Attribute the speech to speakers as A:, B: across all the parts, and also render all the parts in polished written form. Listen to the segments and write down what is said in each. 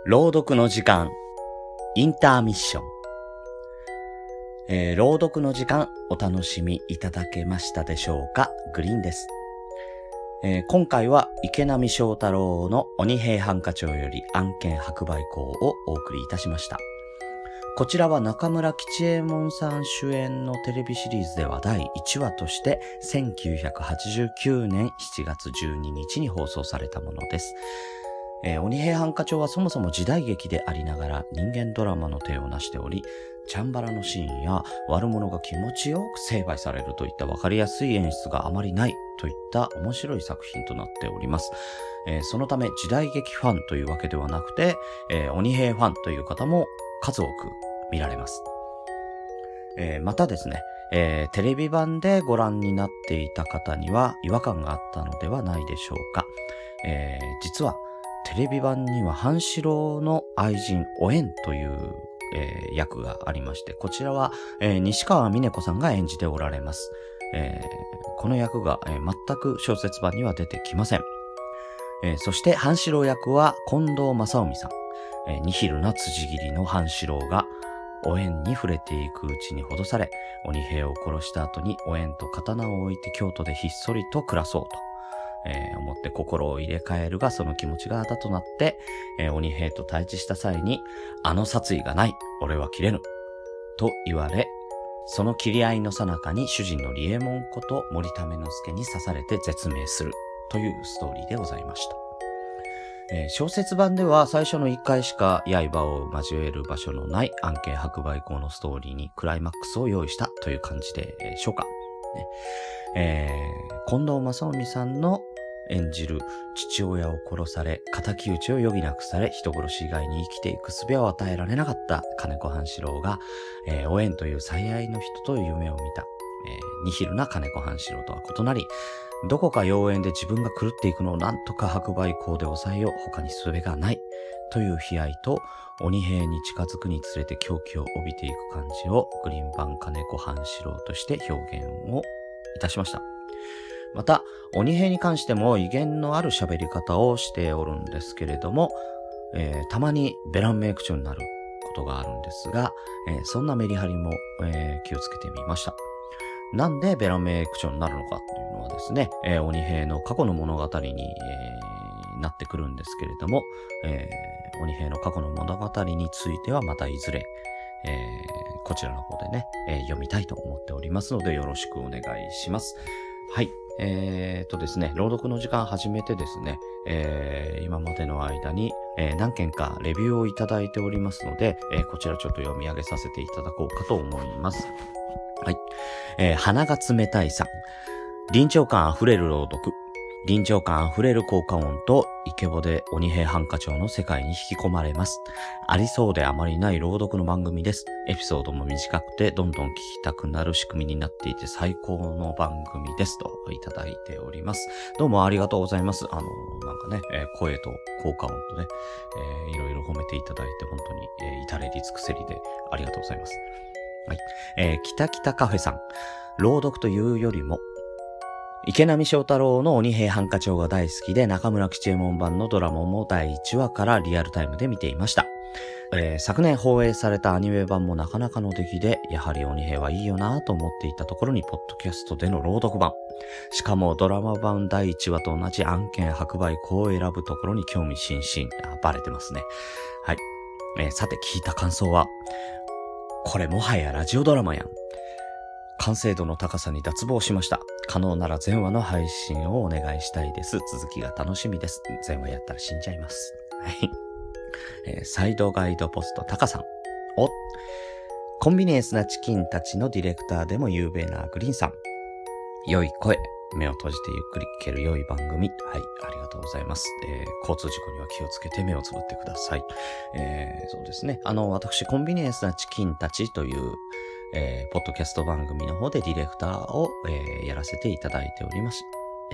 A: 朗読の時間、インターミッション。朗読の時間、お楽しみいただけましたでしょうか？グリーンです。今回は池波正太郎の鬼平犯科帳より案件白梅校をお送りいたしました。こちらは中村吉右衛門さん主演のテレビシリーズでは第1話として1989年7月12日に放送されたものです。鬼平犯科帳はそもそも時代劇でありながら人間ドラマの手を成しており、チャンバラのシーンや悪者が気持ちよく成敗されるといった分かりやすい演出があまりないといった面白い作品となっております。そのため時代劇ファンというわけではなくて、鬼平ファンという方も数多く見られます。またですね、テレビ版でご覧になっていた方には違和感があったのではないでしょうか。実はテレビ版には半四郎の愛人おえんという、役がありまして、こちらは、西川峰子さんが演じておられます。この役が、全く小説版には出てきません。そして半四郎役は近藤正臣さん。ニヒルな辻斬りの半四郎がおえんに触れていくうちに脅され、鬼平を殺した後におえんと刀を置いて京都でひっそりと暮らそうと、思って心を入れ替えるが、その気持ちがあだとなって、鬼平と対峙した際に、あの殺意がない、俺は切れぬと言われ、その切り合いの最中に主人の李右衛門こと森為之助に刺されて絶命するというストーリーでございました。小説版では最初の1回しか刃を交える場所のない案件白梅校のストーリーにクライマックスを用意したという感じでしょうか。近藤正臣さんの演じる父親を殺され、仇討ちを余儀なくされ、人殺し以外に生きていく術を与えられなかった金子半四郎が、おえんという最愛の人と夢を見た、ニヒルな金子半四郎とは異なり、どこか妖艶で自分が狂っていくのをなんとか白梅校で抑えよう、他に術がないという悲哀と、鬼平に近づくにつれて狂気を帯びていく感じをグリーン版金子半四郎として表現をいたしました。また鬼平に関しても威厳のある喋り方をしておるんですけれども、たまにベランメイク調になることがあるんですが、そんなメリハリも、気をつけてみました。なんでベランメイク調になるのかっていうのはですね、鬼平の過去の物語に、なってくるんですけれども、鬼平の過去の物語についてはまたいずれ、こちらの方でね、読みたいと思っておりますのでよろしくお願いします。はい。ですね、朗読の時間始めてですね、今までの間に、何件かレビューをいただいておりますので、こちらちょっと読み上げさせていただこうかと思います。はい。鼻が冷たいさん。臨場感あふれる朗読。臨場感あふれる効果音とイケボで鬼平犯科帳の世界に引き込まれます。ありそうであまりない朗読の番組です。エピソードも短くてどんどん聞きたくなる仕組みになっていて最高の番組ですといただいております。どうもありがとうございます。なんかね、声と効果音とね、いろいろ褒めていただいて本当に、至れり尽くせりでありがとうございます。はい。北北カフェさん。朗読というよりも池波正太郎の鬼平犯科帳が大好きで、中村吉右衛門版のドラマも第1話からリアルタイムで見ていました。昨年放映されたアニメ版もなかなかの出来で、やはり鬼平はいいよなと思っていたところに、ポッドキャストでの朗読版。しかもドラマ版第1話と同じ案件白梅校を選ぶところに興味津々。バレてますね。はい。さて聞いた感想は、これもはやラジオドラマやん。完成度の高さに脱帽しました。可能なら全話の配信をお願いしたいです。続きが楽しみです。全話やったら死んじゃいます。はい。サイドガイドポストタカさん。コンビニエンスなチキンたちのディレクターでも有名なグリーンさん。良い声。目を閉じてゆっくり聞ける良い番組。はい。ありがとうございます。交通事故には気をつけて目をつぶってください。そうですね。私、コンビニエンスなチキンたちという、ポッドキャスト番組の方でディレクターを、やらせていただいております。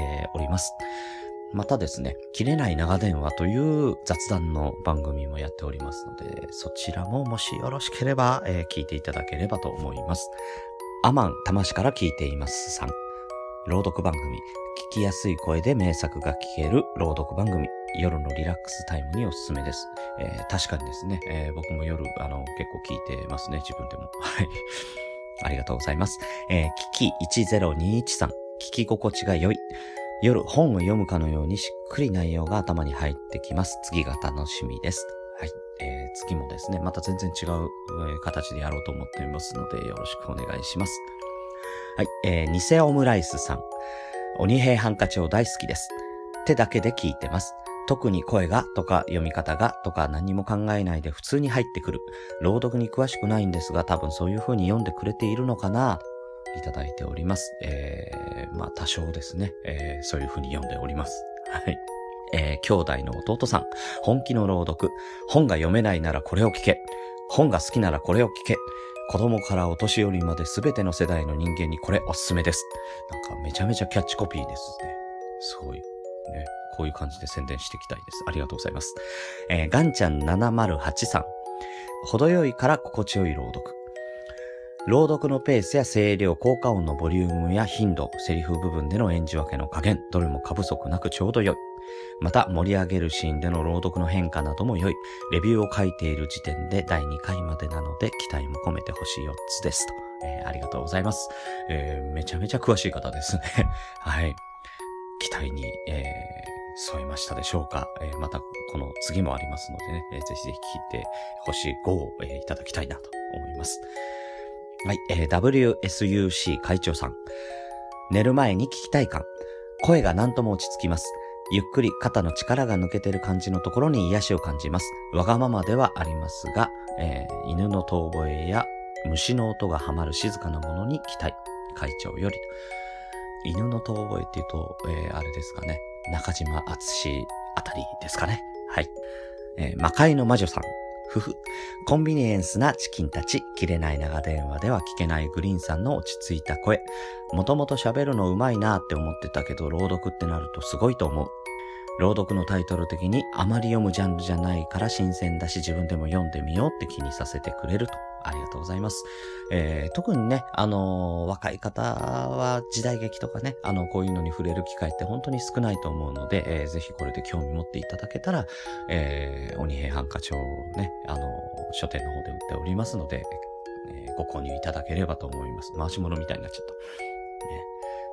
A: またですね、切れない長電話という雑談の番組もやっておりますので、そちらももしよろしければ、聞いていただければと思います。アマン魂から聞いていますさん。朗読番組。聞きやすい声で名作が聞ける朗読番組。 夜のリラックスタイムにおすすめです。確かにですね、僕も夜、結構聞いてますね、自分でも。はい。ありがとうございます。キキ10213、聞き心地が良い。夜本を読むかのようにしっくり内容が頭に入ってきます。次が楽しみです。はい。次もですね、また全然違う、形でやろうと思っていますので、よろしくお願いします。はい。偽オムライスさん。鬼平犯科帳大好きです。手だけで聞いてます。特に声がとか読み方がとか何も考えないで普通に入ってくる。朗読に詳しくないんですが、多分そういう風に読んでくれているのかな、いただいております。多少ですね、そういう風に読んでおります。はい。兄弟の弟さん。本気の朗読。本が読めないならこれを聞け。本が好きならこれを聞け。子供からお年寄りまで全ての世代の人間にこれおすすめです。なんかめちゃめちゃキャッチコピーですね。すごい。ね。こういう感じで宣伝していきたいです。ありがとうございます。ガンちゃん708さん。程よいから心地よい朗読。朗読のペースや声量、効果音のボリュームや頻度、セリフ部分での演じ分けの加減、どれも過不足なくちょうど良い。また、盛り上げるシーンでの朗読の変化なども良い。レビューを書いている時点で第2回までなので、期待も込めて星4つですと。ありがとうございます。めちゃめちゃ詳しい方ですね。はい。期待に、添えましたでしょうか。また、この次もありますのでね、ぜひぜひ聞いて、星5を、いただきたいなと思います。はい、WSUC 会長さん。寝る前に聞きたい感。声が何とも落ち着きます。ゆっくり肩の力が抜けてる感じのところに癒しを感じます。わがままではありますが、犬の遠吠えや虫の音がはまる静かなものに期待。会長より。犬の遠吠えっていうと、あれですかね。中島敦あたりですかね。はい。魔界の魔女さん。コンビニエンスなチキンたち、切れない長電話では聞けないグリーンさんの落ち着いた声。もともと喋るの上手いなって思ってたけど、朗読ってなるとすごいと思う。朗読のタイトル的にあまり読むジャンルじゃないから新鮮だし、自分でも読んでみようって気にさせてくれると。ありがとうございます。特にね、若い方は時代劇とかね、こういうのに触れる機会って本当に少ないと思うので、ぜひこれで興味持っていただけたら、鬼平犯科帳をね、書店の方で売っておりますので、ご購入いただければと思います。回し物みたいになっちゃった。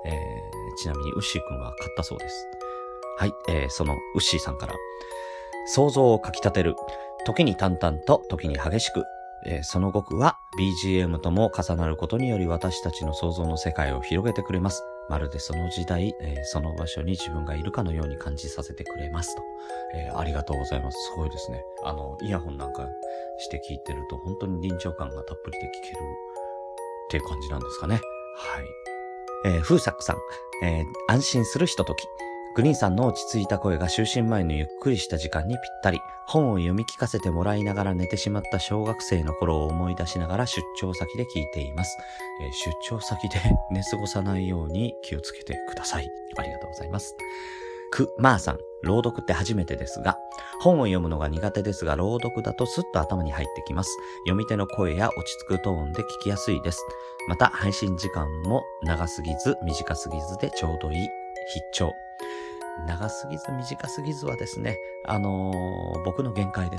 A: ねちなみにウッシーくんは買ったそうです。はい、そのウッシーさんから、想像をかき立てる。時に淡々と、時に激しく。その語句は BGM とも重なることにより私たちの想像の世界を広げてくれます。まるでその時代、その場所に自分がいるかのように感じさせてくれますと。ありがとうございます。すごいですね。イヤホンなんかして聞いてると本当に臨場感がたっぷりで聞けるっていう感じなんですかね。はい。風作さん、安心するひととき。グリーンさんの落ち着いた声が就寝前のゆっくりした時間にぴったり。本を読み聞かせてもらいながら寝てしまった小学生の頃を思い出しながら出張先で聞いています。出張先で寝過ごさないように気をつけてください。ありがとうございます。まーさん、朗読って初めてですが、本を読むのが苦手ですが、朗読だとスッと頭に入ってきます。読み手の声や落ち着くトーンで聞きやすいです。また、配信時間も長すぎず短すぎずでちょうどいい。必聴。長すぎず短すぎずはですね、僕の限界です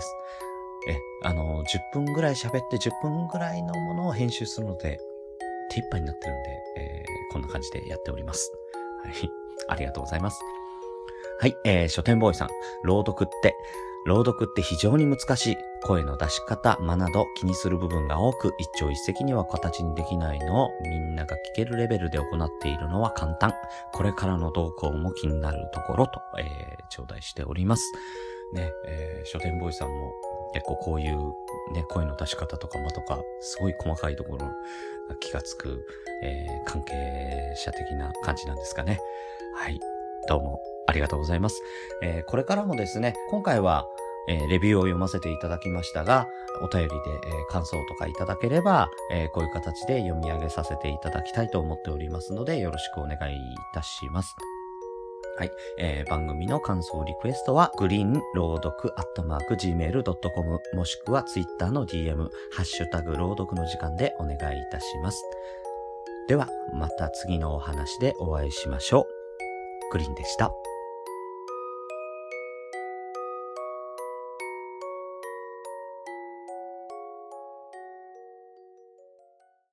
A: 。10分ぐらい喋って10分ぐらいのものを編集するので、手一杯になってるんで、こんな感じでやっております。はい。ありがとうございます。はい。書店ボーイさん。朗読って非常に難しい。声の出し方、間など気にする部分が多く、一朝一夕には形にできないのをみんなが聞けるレベルで行っているのは簡単。これからの動向も気になるところと、頂戴しております。ね、書店ボーイさんも結構こういうね、声の出し方とか間とか、すごい細かいところが気がつく、関係者的な感じなんですかね。はい。どうもありがとうございます。これからもですね、今回はレビューを読ませていただきましたが、お便りで、感想とかいただければ、こういう形で読み上げさせていただきたいと思っておりますので、よろしくお願いいたします。はい。番組の感想リクエストは、greenrodok@gmail.com もしくは Twitter の DM、ハッシュタグ朗読の時間でお願いいたします。では、また次のお話でお会いしましょう。グリーンでした。